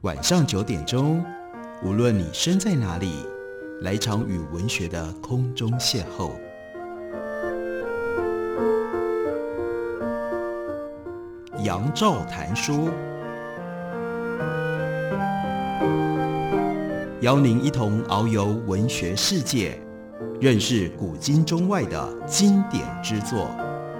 晚上9点钟，无论你身在哪里，来一场与文学的空中邂逅。杨照谈书，邀您一同遨游文学世界，认识古今中外的经典之作。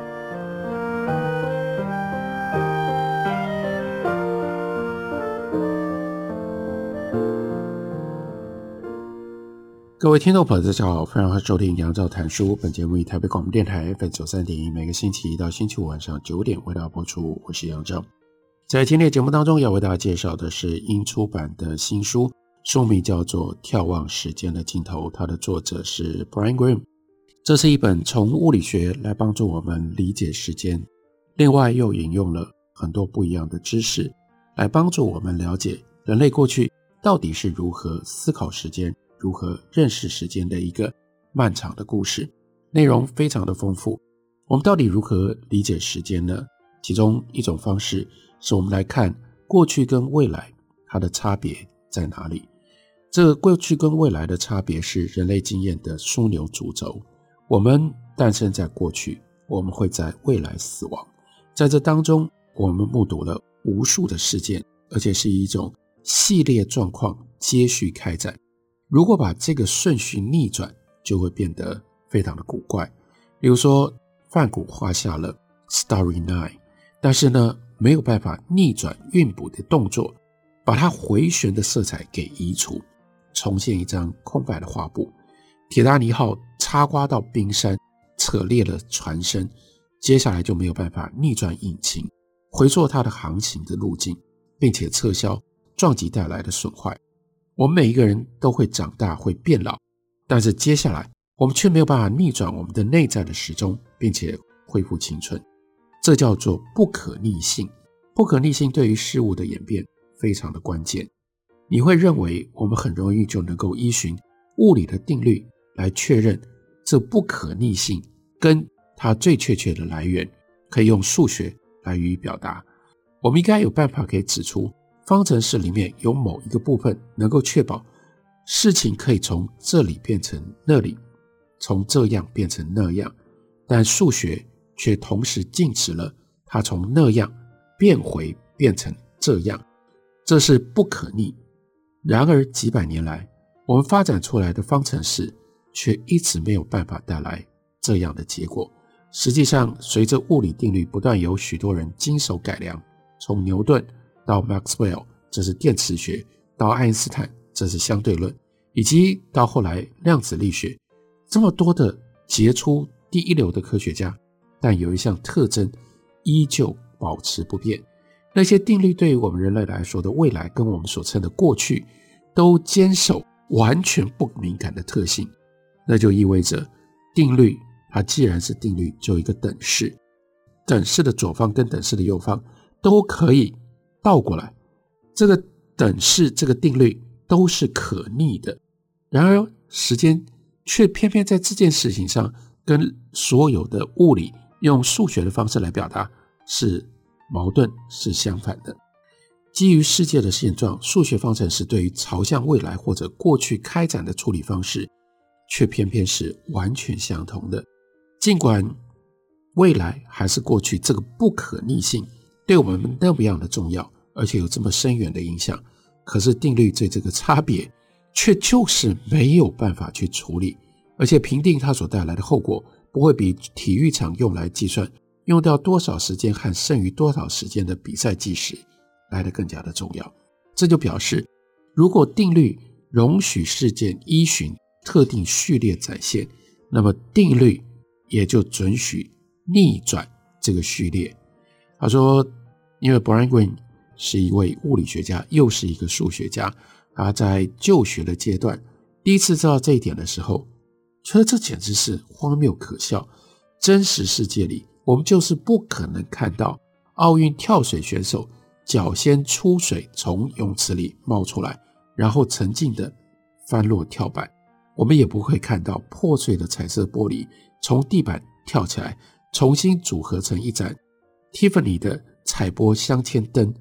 各位听众朋友大家好，欢迎收听杨照谈书。本节目以台北广播电台 FM93.1 每个星期一到星期五晚上9点为大家播出，我是杨照。在今天的节目当中要为大家介绍的是英出版的新书，书名叫做《眺望时间的尽头》，它的作者是 Brian Greene。 这是一本从物理学来帮助我们理解时间，另外又引用了很多不一样的知识来帮助我们了解人类过去到底是如何思考时间，如何认识时间的一个漫长的故事，内容非常的丰富。我们到底如何理解时间呢？其中一种方式是我们来看过去跟未来它的差别在哪里。这个过去跟未来的差别是人类经验的枢纽主轴。我们诞生在过去，我们会在未来死亡，在这当中我们目睹了无数的事件，而且是一种系列状况接续开展。如果把这个顺序逆转，就会变得非常的古怪。比如说梵谷画下了 Starry Night， 但是呢没有办法逆转韵补的动作，把它回旋的色彩给移除，重现一张空白的画布。铁达尼号插刮到冰山，扯裂了船身，接下来就没有办法逆转引擎，回溯它的航行的路径，并且撤销撞击带来的损坏。我们每一个人都会长大，会变老，但是接下来我们却没有办法逆转我们的内在的时钟，并且恢复青春。这叫做不可逆性。不可逆性对于事物的演变非常的关键。你会认为我们很容易就能够依循物理的定律来确认这不可逆性跟它最确切的来源，可以用数学来予以表达。我们应该有办法可以指出方程式里面有某一个部分能够确保事情可以从这里变成那里，从这样变成那样，但数学却同时禁止了它从那样变成这样，这是不可逆。然而几百年来我们发展出来的方程式却一直没有办法带来这样的结果。实际上随着物理定律不断有许多人经手改良，从牛顿到 Maxwell 这是电磁学，到爱因斯坦这是相对论，以及到后来量子力学，这么多的杰出第一流的科学家，但有一项特征依旧保持不变。那些定律对于我们人类来说的未来跟我们所称的过去都坚守完全不敏感的特性。那就意味着定律它既然是定律，就有一个等式，等式的左方跟等式的右方都可以倒过来，这个等式这个定律都是可逆的。然而时间却偏偏在这件事情上跟所有的物理用数学的方式来表达是矛盾，是相反的。基于世界的现状，数学方程式对于朝向未来或者过去开展的处理方式却偏偏是完全相同的。尽管未来还是过去这个不可逆性对我们那么样的重要，而且有这么深远的影响，可是定律对这个差别却就是没有办法去处理，而且评定它所带来的后果不会比体育场用来计算用掉多少时间和剩余多少时间的比赛计时来得更加的重要。这就表示如果定律容许事件依循特定序列展现，那么定律也就准许逆转这个序列。他说因为 Brian Greene 是一位物理学家又是一个数学家，他在就学的阶段第一次知道这一点的时候，觉得这简直是荒谬可笑。真实世界里我们就是不可能看到奥运跳水选手脚先出水从泳池里冒出来，然后沉静的翻落跳板，我们也不会看到破碎的彩色玻璃从地板跳起来重新组合成一盏 Tiffany 的彩波镶嵌灯。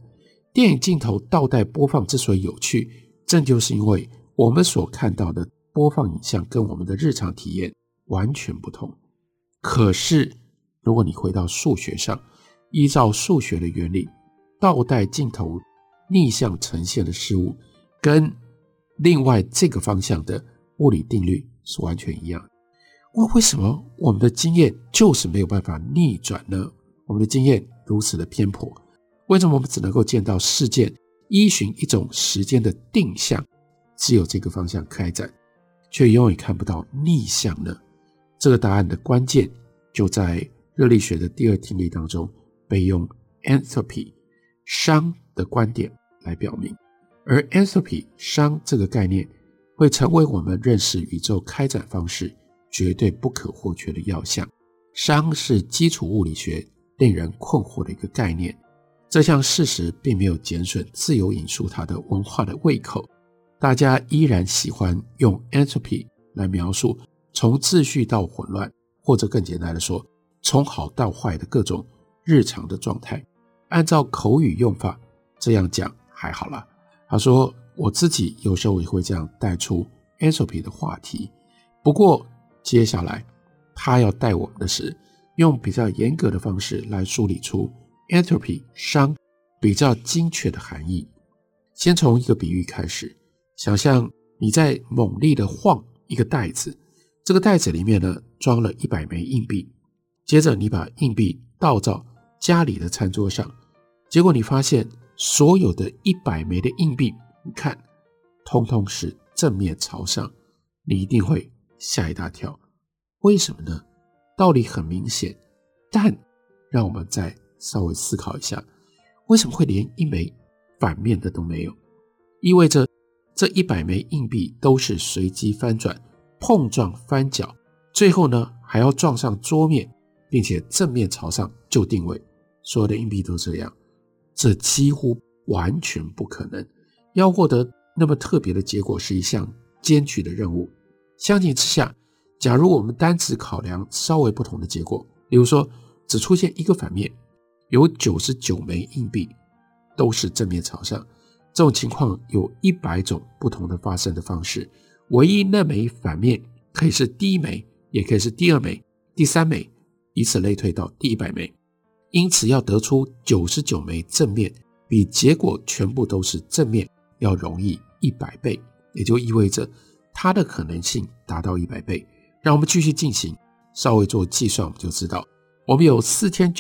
电影镜头倒带播放之所以有趣，正就是因为我们所看到的播放影像跟我们的日常体验完全不同。可是如果你回到数学上，依照数学的原理，倒带镜头逆向呈现的事物跟另外这个方向的物理定律是完全一样的。为什么我们的经验就是没有办法逆转呢？我们的经验如此的偏颇，为什么我们只能够见到事件依循一种时间的定向，只有这个方向开展，却永远看不到逆向呢？这个答案的关键就在热力学的第二定律当中被用 entropy 熵的观点来表明。而 entropy 熵这个概念会成为我们认识宇宙开展方式绝对不可或缺的要项。熵是基础物理学令人困惑的一个概念，这项事实并没有减损自由引述它的文化的胃口，大家依然喜欢用 entropy 来描述从秩序到混乱，或者更简单的说，从好到坏的各种日常的状态。按照口语用法这样讲还好啦，他说我自己有时候也会这样带出 entropy 的话题，不过接下来他要带我们的是用比较严格的方式来梳理出 entropy 熵比较精确的含义。先从一个比喻开始，想象你在猛力的晃一个袋子，这个袋子里面呢装了100枚硬币，接着你把硬币倒到家里的餐桌上，结果你发现所有的100枚的硬币，你看通通是正面朝上，你一定会吓一大跳。为什么呢？道理很明显，但让我们再稍微思考一下，为什么会连一枚反面的都没有？意味着这100枚硬币都是随机翻转、碰撞、翻搅，最后呢还要撞上桌面，并且正面朝上就定位，所有的硬币都这样，这几乎完全不可能。要获得那么特别的结果是一项艰巨的任务。相形之下，假如我们单只考量稍微不同的结果，比如说只出现一个反面，有99枚硬币都是正面朝上，这种情况有100种不同的发生的方式，唯一那枚反面可以是第一枚，也可以是第二枚、第三枚，以此类推到第100枚。因此要得出99枚正面，比结果全部都是正面要容易100倍，也就意味着它的可能性达到100倍。让我们继续进行，稍微做计算，我们就知道我们有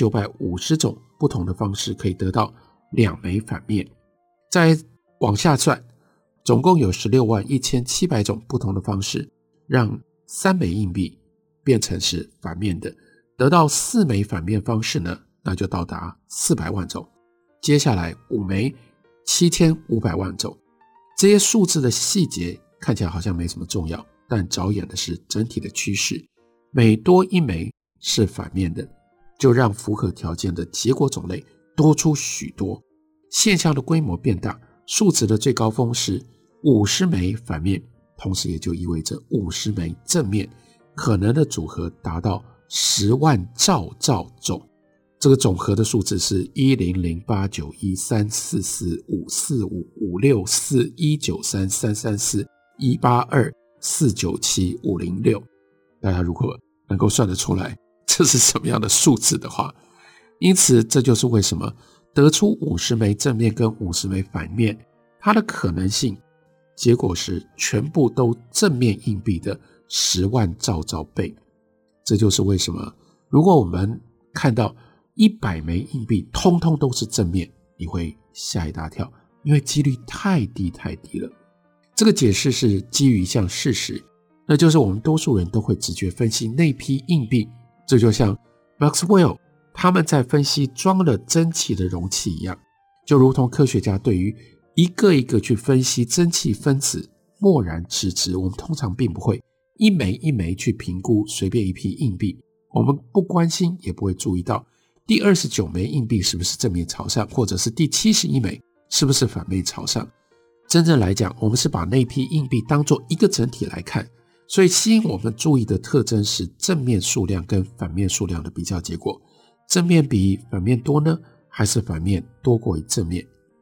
4950种不同的方式可以得到2枚反面。再往下算，总共有161700种不同的方式让3枚硬币变成是反面的。得到4枚反面方式呢，那就到达400万种。接下来5枚7500万种。这些数字的细节看起来好像没什么重要，但着眼的是整体的趋势。每多一枚是反面的，就让符合条件的结果种类多出许多，现象的规模变大，数值的最高峰是50枚反面，同时也就意味着50枚正面，可能的组合达到10万兆种。这个总和的数字是10008913445464193334182497506。大家如果能够算得出来这是什么样的数字的话，因此这就是为什么得出50枚正面跟50枚反面，它的可能性结果是全部都正面硬币的10万兆倍。这就是为什么如果我们看到100枚硬币通通都是正面，你会吓一大跳，因为几率太低了。这个解释是基于一项事实，那就是我们多数人都会直觉分析那批硬币，这就像 Maxwell 他们在分析装了蒸汽的容器一样，就如同科学家对于一个一个去分析蒸汽分子默然置之，我们通常并不会一枚一枚去评估随便一批硬币，我们不关心也不会注意到第29枚硬币是不是正面朝上，或者是第71枚是不是反面朝上。真正来讲，我们是把那批硬币当作一个整体来看，所以吸引我们注意的特征是正面数量跟反面数量的比较结果。正面比反面多呢，还是反面多过于正面？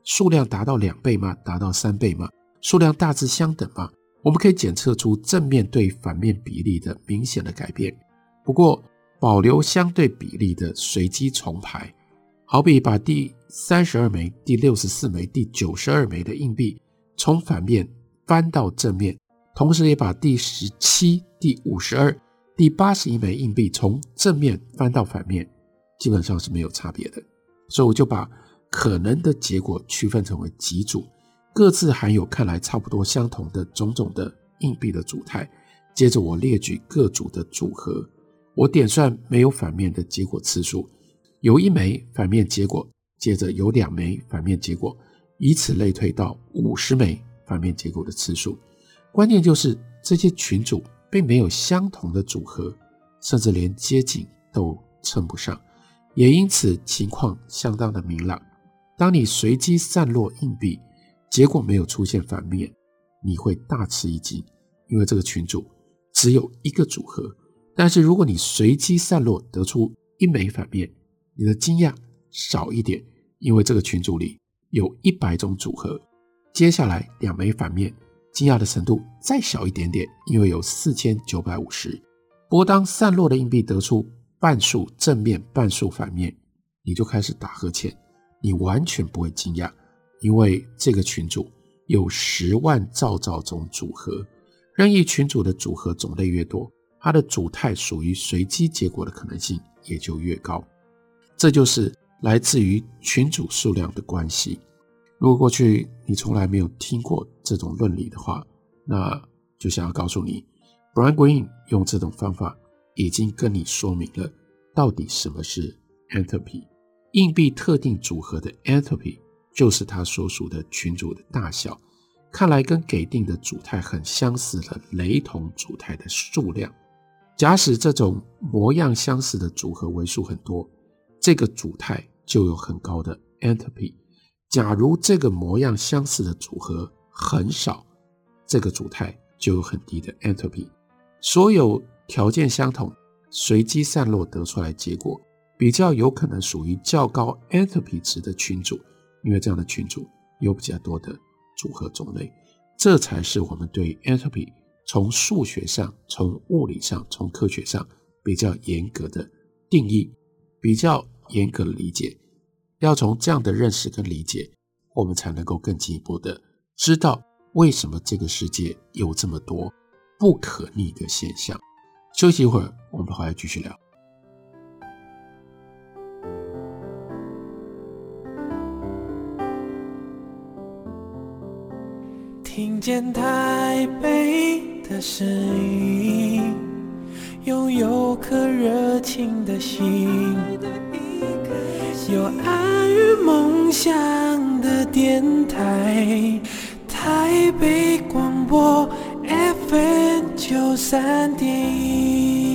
数量达到2倍吗？达到3倍吗？数量大致相等吗？我们可以检测出正面对反面比例的明显的改变。不过保留相对比例的随机重排，好比把第32枚、第64枚、第92枚的硬币从反面翻到正面，同时也把第17、第52、第81枚硬币从正面翻到反面，基本上是没有差别的。所以我就把可能的结果区分成为几组，各自含有看来差不多相同的种种的硬币的组态。接着我列举各组的组合，我点算没有反面的结果次数，有1枚反面结果，接着有2枚反面结果，以此类推到50枚反面结果的次数。关键就是这些群组并没有相同的组合，甚至连接近都称不上，也因此情况相当的明朗。当你随机散落硬币，结果没有出现反面，你会大吃一惊，因为这个群组只有一个组合。但是如果你随机散落得出1枚反面，你的惊讶少一点，因为这个群组里有100种组合。接下来2枚反面，惊讶的程度再小一点点，因为有4950。不过当散落的硬币得出半数正面半数反面，你就开始打呵欠，你完全不会惊讶，因为这个群组有10万兆种组合。任意群组的组合种类越多，它的组态属于随机结果的可能性也就越高。这就是来自于群组数量的关系。如果过去你从来没有听过这种论理的话，那就想要告诉你， Brian Greene 用这种方法已经跟你说明了到底什么是 entropy。 硬币特定组合的 entropy 就是它所属的群组的大小，看来跟给定的组态很相似的雷同组态的数量。假使这种模样相似的组合为数很多，这个组态就有很高的 entropy。假如这个模样相似的组合很少，这个组态就有很低的 entropy。 所有条件相同，随机散落得出来结果比较有可能属于较高 entropy 值的群组，因为这样的群组有比较多的组合种类。这才是我们对 entropy 从数学上、从物理上、从科学上比较严格的定义，比较严格的理解。要从这样的认识跟理解，我们才能够更进一步的知道为什么这个世界有这么多不可逆的现象。休息一会儿，我们回来继续聊。 听见台北的声音，拥有颗热情的心，有爱与梦想的电台，台北广播 FM93.1。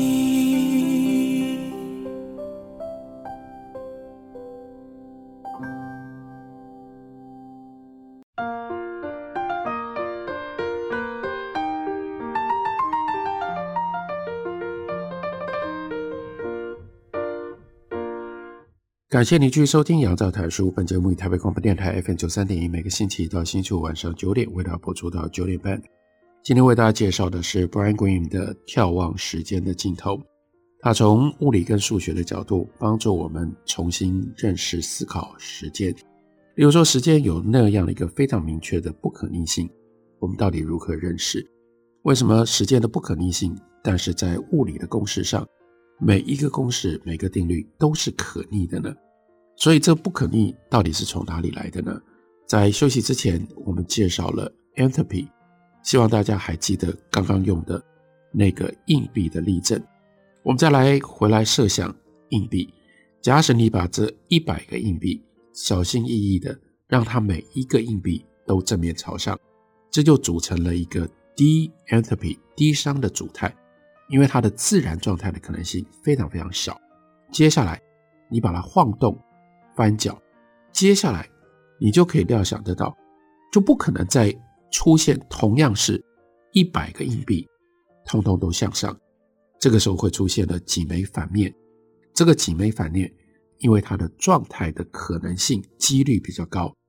感谢你继续收听杨照谈书，本节目以台北广播电台 FM93.1 每个星期一到星期五晚上9点为大家播出到9点半。今天为大家介绍的是 Brian Greene 的眺望时间的尽头。他从物理跟数学的角度帮助我们重新认识思考时间。例如说时间有那样的一个非常明确的不可逆性，我们到底如何认识？为什么时间的不可逆性，但是在物理的公式上每一个公式每个定律都是可逆的呢？所以这不可逆到底是从哪里来的呢？在休息之前我们介绍了 entropy， 希望大家还记得刚刚用的那个硬币的例证。我们再回来设想硬币，假使你把这100个硬币小心翼翼的让它每一个硬币都正面朝上，这就组成了一个低 entropy 低熵的组态，因为它的自然状态的可能性非常非常小。接下来你把它晃动翻搅，接下来你就可以料想得到，就不可能再出现同样是100个硬币通通都向上，这个时候会出现了几枚反面。这个几枚反面因为它的状态的可能性几率比较高，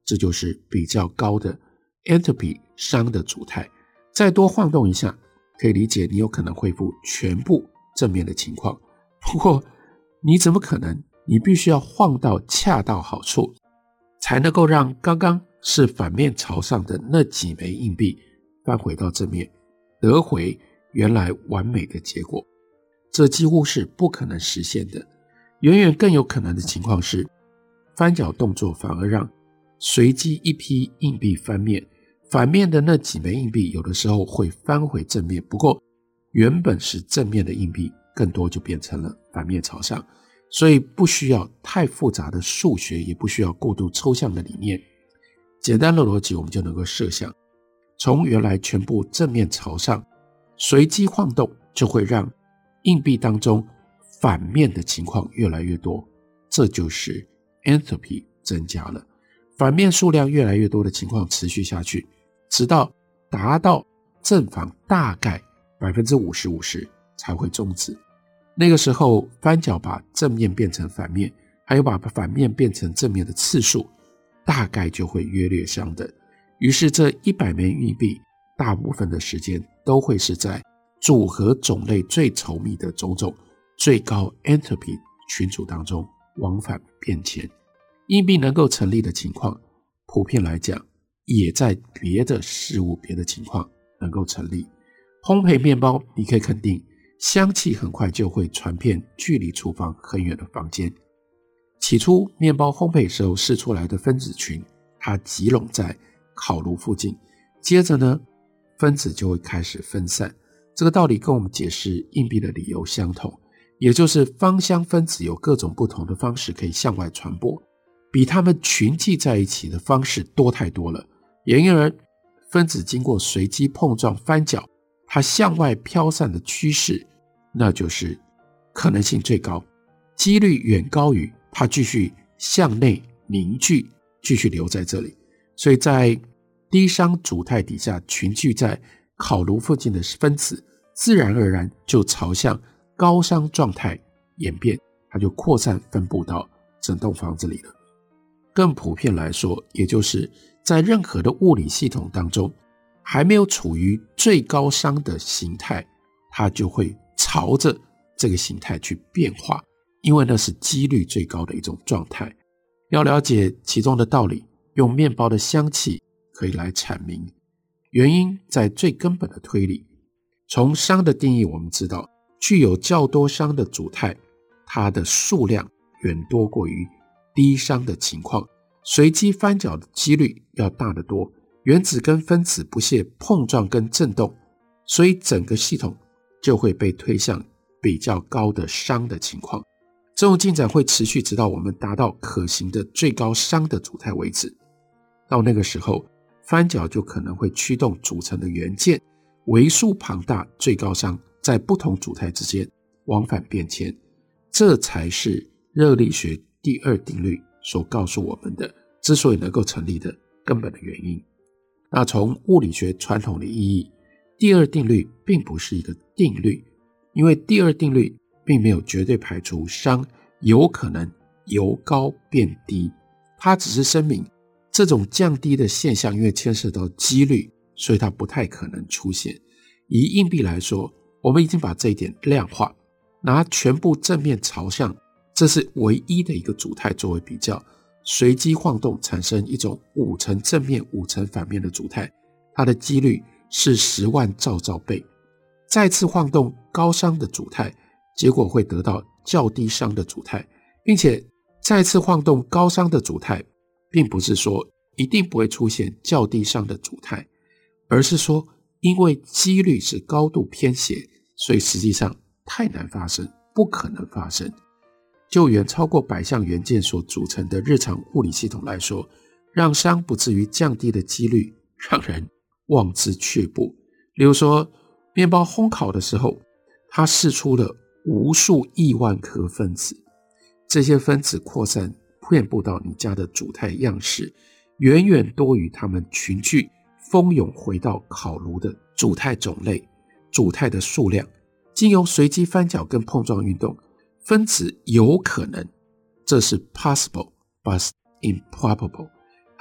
这就是比较高的 entropy 熵的组态。再多晃动一下，可以理解你有可能恢复全部正面的情况。不过你怎么可能？你必须要晃到恰到好处，才能够让刚刚是反面朝上的那几枚硬币翻回到正面，得回原来完美的结果。这几乎是不可能实现的。远远更有可能的情况是，翻搅动作反而让随机一批硬币翻面，反面的那几枚硬币有的时候会翻回正面，不过原本是正面的硬币更多就变成了反面朝上。所以不需要太复杂的数学，也不需要过度抽象的理念，简单的逻辑我们就能够设想，从原来全部正面朝上，随机晃动就会让硬币当中反面的情况越来越多，这就是 entropy 增加了。反面数量越来越多的情况持续下去，直到达到正反大概 50%-50% 才会终止。那个时候翻搅把正面变成反面，还有把反面变成正面的次数大概就会约略相等。于是这100枚硬币大部分的时间都会是在组合种类最稠密的种种最高 entropy 群组当中往返变迁。硬币能够成立的情况，普遍来讲也在别的事物别的情况能够成立。烘焙面包你可以肯定香气很快就会传遍距离厨房很远的房间。起初面包烘焙时候释出来的分子群，它集拢在烤炉附近，接着呢分子就会开始分散。这个道理跟我们解释硬币的理由相同，也就是芳香分子有各种不同的方式可以向外传播，比它们群聚在一起的方式多太多了。也因而分子经过随机碰撞翻搅，它向外飘散的趋势，那就是可能性最高，几率远高于它继续向内凝聚，继续留在这里。所以在低熵组态底下群聚在烤炉附近的分子，自然而然就朝向高熵状态演变，它就扩散分布到整栋房子里了。更普遍来说，也就是在任何的物理系统当中，还没有处于最高熵的形态，它就会朝着这个形态去变化，因为那是几率最高的一种状态。要了解其中的道理，用面包的香气可以来阐明。原因在最根本的推理。从熵的定义我们知道，具有较多熵的组态，它的数量远多过于低熵的情况，随机翻搅的几率要大得多，原子跟分子不懈碰撞跟振动，所以整个系统就会被推向比较高的熵的情况。这种进展会持续直到我们达到可行的最高熵的组态为止。到那个时候，翻搅就可能会驱动组成的元件为数庞大最高熵在不同组态之间往返变迁，这才是热力学第二定律所告诉我们的之所以能够成立的根本的原因。那从物理学传统的意义，第二定律并不是一个定律，因为第二定律并没有绝对排除熵有可能由高变低，它只是声明这种降低的现象因为牵涉到几率，所以它不太可能出现。以硬币来说，我们已经把这一点量化，拿全部正面朝向，这是唯一的一个组态作为比较，随机晃动产生一种5层正面5层反面的组态，它的几率是10万兆兆倍。再次晃动高熵的组态，结果会得到较低熵的组态，并且再次晃动高熵的组态，并不是说一定不会出现较低熵的组态，而是说因为几率是高度偏斜，所以实际上太难发生，不可能发生。就远超过100项元件所组成的日常物理系统来说，让熵不至于降低的几率让人望之却步。例如说面包烘烤的时候，它释出了无数亿万颗分子，这些分子扩散遍布到你家的组态样式，远远多于它们群聚蜂涌回到烤炉的组态种类、组态的数量。经由随机翻搅跟碰撞运动，分子有可能，这是 possible but improbable，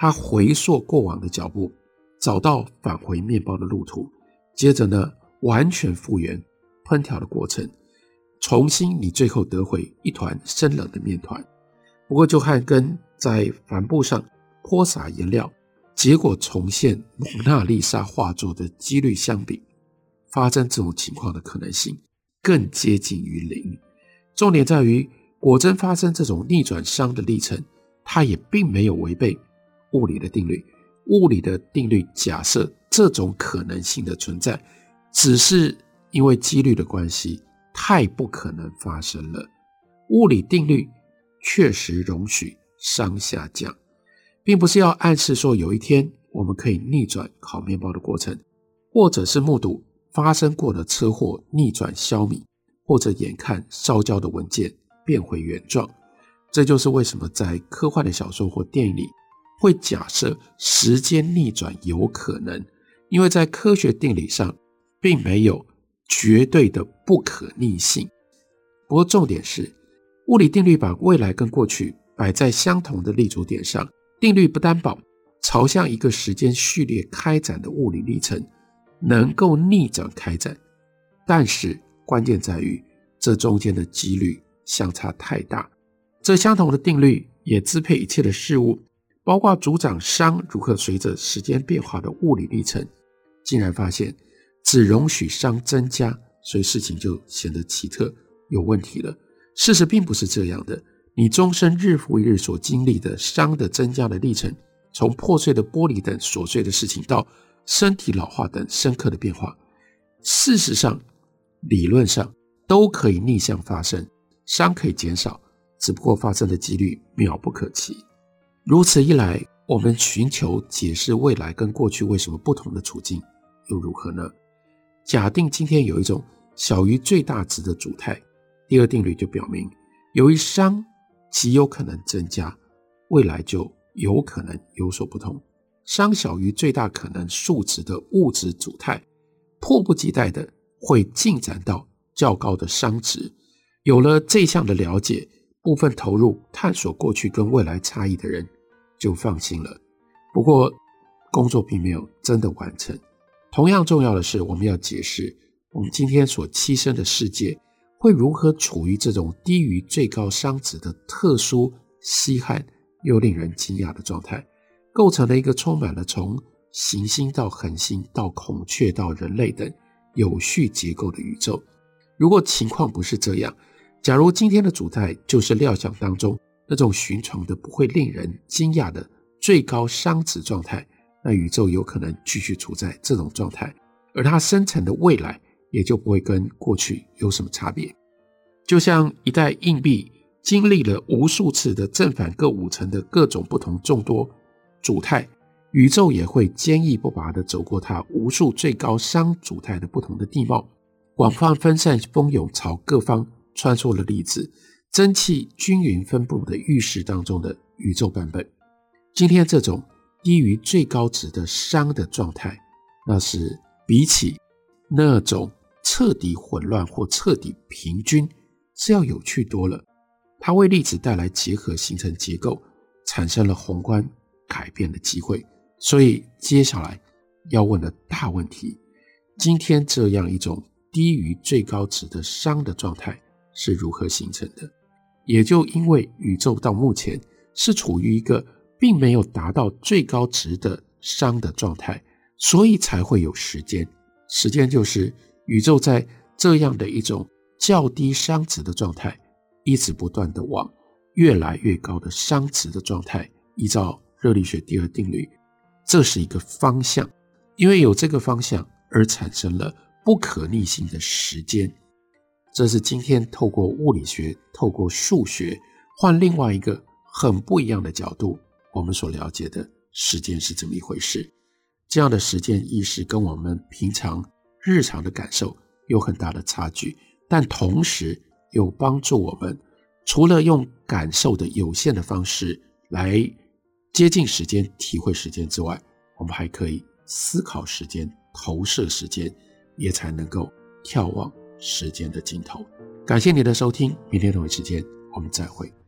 他回溯过往的脚步，找到返回面包的路途，接着呢，完全复原烹调的过程，重新你最后得回一团生冷的面团。不过就和跟在帆布上泼洒颜料，结果重现蒙娜丽莎画作的几率相比，发生这种情况的可能性更接近于零。重点在于，果真发生这种逆转熵的历程，它也并没有违背物理的定律。物理的定律假设这种可能性的存在，只是因为几率的关系，太不可能发生了。物理定律确实容许熵下降，并不是要暗示说有一天我们可以逆转烤面包的过程，或者是目睹发生过的车祸逆转消弭，或者眼看烧焦的文件变回原状。这就是为什么在科幻的小说或电影里会假设时间逆转有可能，因为在科学定理上并没有绝对的不可逆性。不过重点是，物理定律把未来跟过去摆在相同的立足点上，定律不担保朝向一个时间序列开展的物理历程能够逆转开展，但是关键在于这中间的几率相差太大。这相同的定律也支配一切的事物，包括主掌熵如何随着时间变化的物理历程。竟然发现只容许熵增加，所以事情就显得奇特有问题了。事实并不是这样的，你终身日复一日所经历的熵的增加的历程，从破碎的玻璃等琐碎的事情到身体老化等深刻的变化，事实上理论上都可以逆向发生，熵可以减少，只不过发生的几率渺不可及。如此一来，我们寻求解释未来跟过去为什么不同的处境又如何呢？假定今天有一种小于最大值的主态，第二定律就表明，由于熵极有可能增加，未来就有可能有所不同。熵小于最大可能数值的物质主态，迫不及待的会进展到较高的熵值。有了这项的了解，部分投入探索过去跟未来差异的人就放心了。不过工作并没有真的完成。同样重要的是，我们要解释我们今天所栖身的世界会如何处于这种低于最高熵值的特殊、稀罕又令人惊讶的状态，构成了一个充满了从行星到恒星到孔雀到人类等有序结构的宇宙。如果情况不是这样，假如今天的主态就是料想当中那种寻常的不会令人惊讶的最高熵值状态，那宇宙有可能继续处在这种状态，而它生成的未来也就不会跟过去有什么差别。就像一袋硬币经历了无数次的正反各5成的各种不同众多主态，宇宙也会坚毅不拔地走过它无数最高熵主态的不同的地貌，广泛分散蜂涌朝各方穿梭的粒子，蒸汽均匀分布的浴室当中的宇宙版本。今天这种低于最高值的熵的状态，那是比起那种彻底混乱或彻底平均是要有趣多了。它为粒子带来结合形成结构，产生了宏观改变的机会。所以接下来要问的大问题，今天这样一种低于最高值的熵的状态是如何形成的？也就因为宇宙到目前是处于一个并没有达到最高值的熵的状态，所以才会有时间。时间就是宇宙在这样的一种较低熵值的状态，一直不断的往越来越高的熵值的状态，依照热力学第二定律，这是一个方向。因为有这个方向而产生了不可逆性的时间。这是今天透过物理学、透过数学，换另外一个很不一样的角度，我们所了解的时间是这么一回事。这样的时间意识跟我们平常日常的感受有很大的差距，但同时有帮助我们除了用感受的有限的方式来接近时间、体会时间之外，我们还可以思考时间、投射时间，也才能够眺望时间的尽头。感谢你的收听，明天同一时间我们再会。